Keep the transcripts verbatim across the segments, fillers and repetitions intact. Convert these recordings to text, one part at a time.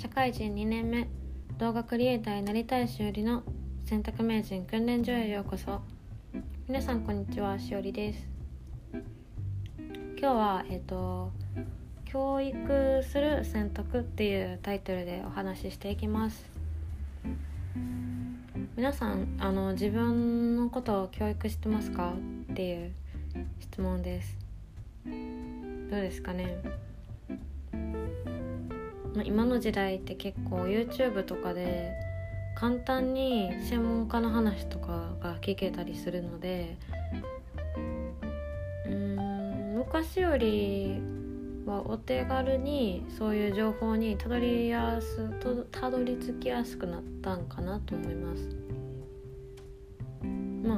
社会人にねんめ、動画クリエイターになりたいしおりの選択名人訓練所へようこそ。皆さんこんにちは、しおりです。今日はえっと教育する選択っていうタイトルでお話ししていきます。皆さんあの自分のことを教育してますかっていう質問です。どうですかね。まあ、今の時代って結構 YouTube とかで簡単に専門家の話とかが聞けたりするので、うーん昔よりはお手軽にそういう情報にたどりやすとたどり着きやすくなったんかなと思います。まあ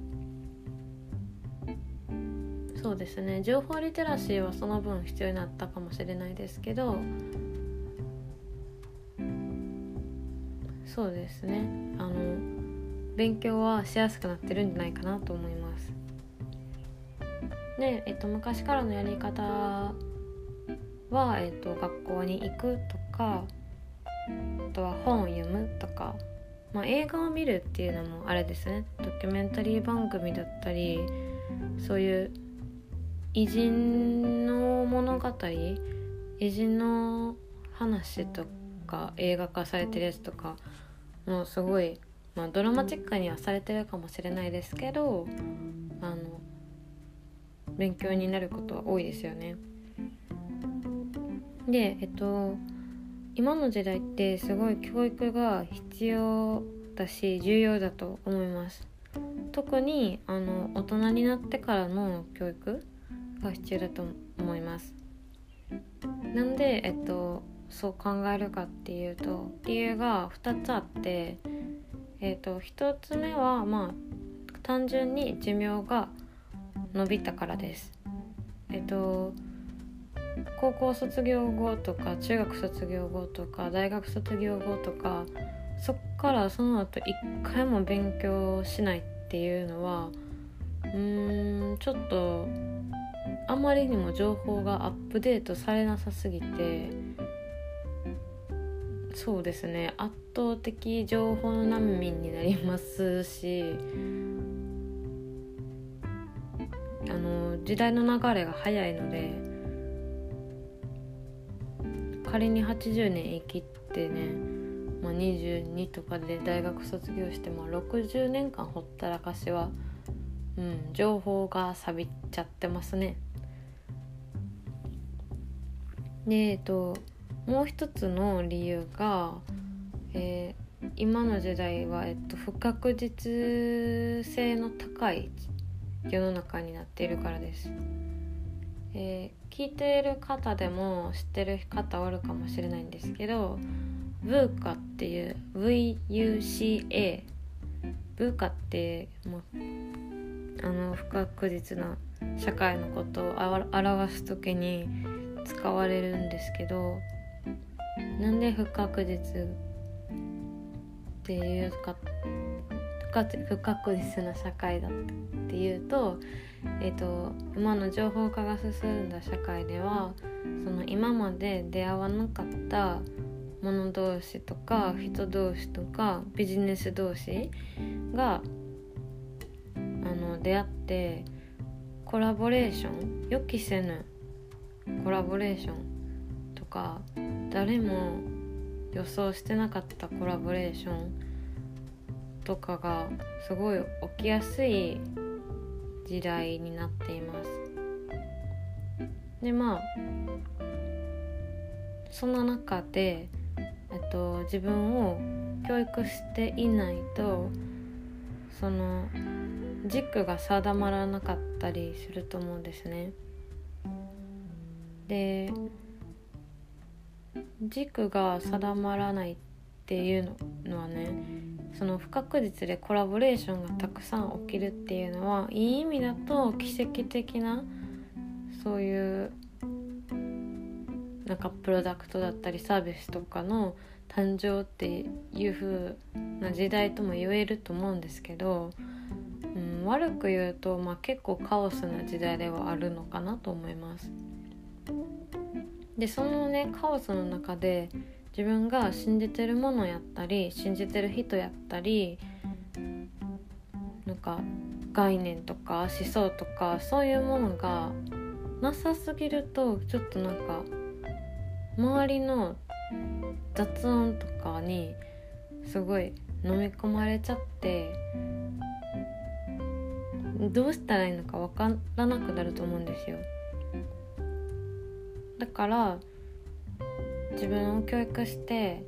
そうですね、情報リテラシーはその分必要になったかもしれないですけど、そうですね、あの勉強はしやすくなってるんじゃないかなと思います。で、えっと、昔からのやり方は、えっと、学校に行くとか、あとは本を読むとか、まあ、映画を見るっていうのもあれですね、ドキュメンタリー番組だったり、そういう偉人の物語、偉人の話とか映画化されてるやつとかもうすごい、まあ、ドラマチックにはされてるかもしれないですけど、あの勉強になることは多いですよね。で、えっと今の時代ってすごい教育が必要だし重要だと思います。特にあの大人になってからの教育が必要だと思います。なんで、えっとそう考えるかっていうと、理由がふたつあって、えっとひとつめはまあ単純に寿命が伸びたからです。えっと高校卒業後とか中学卒業後とか大学卒業後とか、そっからその後一回も勉強しないっていうのはうーんちょっとあまりにも情報がアップデートされなさすぎて、そうですね、圧倒的情報の難民になりますし、あの時代の流れが早いので、仮にはちじゅうねん生きてね、まあ、にじゅうにとかで大学卒業して、まあ、ろくじゅうねんかんほったらかしは、うん、情報が錆びちゃってますね。で、えっともう一つの理由が、えー、今の時代は、えっと、不確実性の高い世の中になっているからです。えー、聞いている方でも知ってる方おるかもしれないんですけど、ブーカっていう ブイユーシーエー ブーカってもうあの不確実な社会のことを表すときに使われるんですけど、なんで不確実っていうか不確実な社会だっていうと、えーと、今の情報化が進んだ社会では、その今まで出会わなかった者同士とか人同士とかビジネス同士があの出会ってコラボレーション、予期せぬコラボレーションとか、誰も予想してなかったコラボレーションとかがすごい起きやすい時代になっています。で、まあその中で、えっと、自分を教育していないとその軸が定まらなかったりすると思うんですね。で、軸が定まらないっていうのはね、その不確実でコラボレーションがたくさん起きるっていうのは、いい意味だと奇跡的なそういうなんかプロダクトだったりサービスとかの誕生っていう風な時代とも言えると思うんですけど、うん、悪く言うと、まあ、結構カオスな時代ではあるのかなと思います。で、そのねカオスの中で自分が信じてるものやったり信じてる人やったりなんか概念とか思想とかそういうものがなさすぎるとちょっとなんか周りの雑音とかにすごい飲み込まれちゃってどうしたらいいのか分からなくなると思うんですよ。だから自分を教育して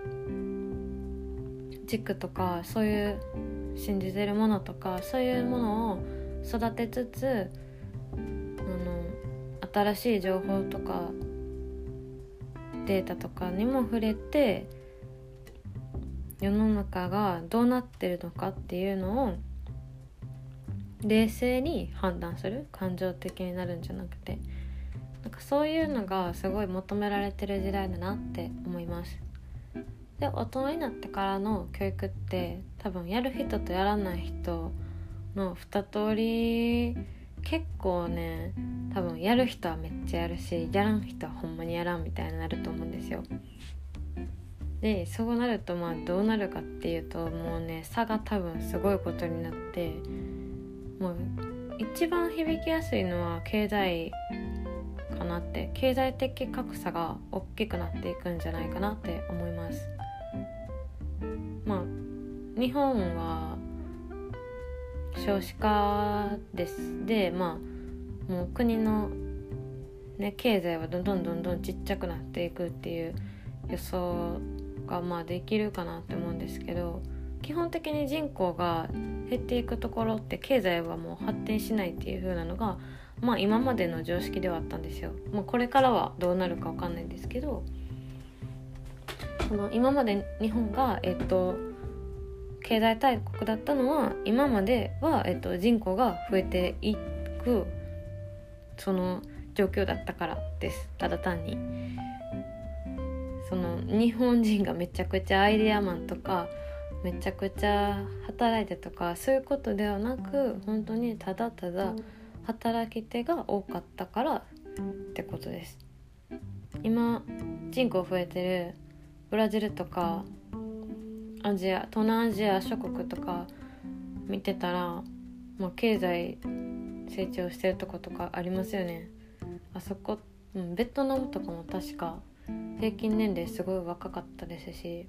軸とかそういう信じてるものとかそういうものを育てつつあの新しい情報とかデータとかにも触れて世の中がどうなってるのかっていうのを冷静に判断する、感情的になるんじゃなくて、なんかそういうのがすごい求められてる時代だなって思います。で、大人になってからの教育って多分やる人とやらない人の二通り結構ね、多分やる人はめっちゃやるしやらん人はほんまにやらんみたいになると思うんですよ。で、そうなるとまあどうなるかっていうともうね差が多分すごいことになって、もう一番響きやすいのは経済かなって、経済的格差が大きくなっていくんじゃないかなって思います。まあ日本は少子化ですで、まあもう国のね経済はどんどんどんどんちっちゃくなっていくっていう予想がまあできるかなって思うんですけど、基本的に人口が減っていくところって経済はもう発展しないっていう風なのがまあ今までの常識ではあったんですよ。まあ、これからはどうなるかわかんないんですけど、その今まで日本がえっと経済大国だったのは今まではえっと人口が増えていくその状況だったからです。ただ単にその日本人がめちゃくちゃアイデアマンとかめちゃくちゃ働いてとかそういうことではなく、本当にただただ働き手が多かったからってことです。今人口増えてるブラジルとかアジア、東南アジア諸国とか見てたら、まあ、経済成長してるとことかありますよね。あそこ、うん、ベトナムとかも確か平均年齢すごい若かったですし、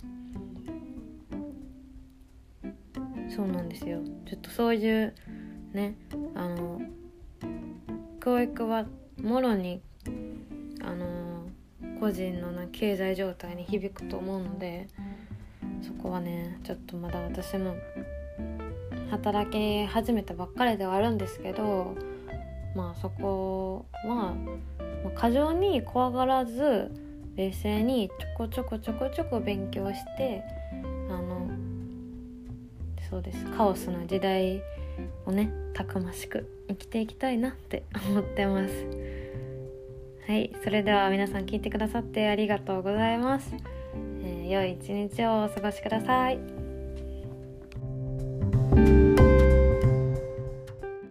そうなんですよ。ちょっとそういうね、あの教育はもろにあの個人の、ね、経済状態に響くと思うので、そこはねちょっとまだ私も働き始めたばっかりではあるんですけど、まあそこは、まあ、過剰に怖がらず冷静にちょこちょこちょこちょこ勉強してあのそうですカオスな時代をねたくましく生きていきたいなって思ってます。はい、それでは皆さん聞いてくださってありがとうございます。えー、良い一日をお過ごしください。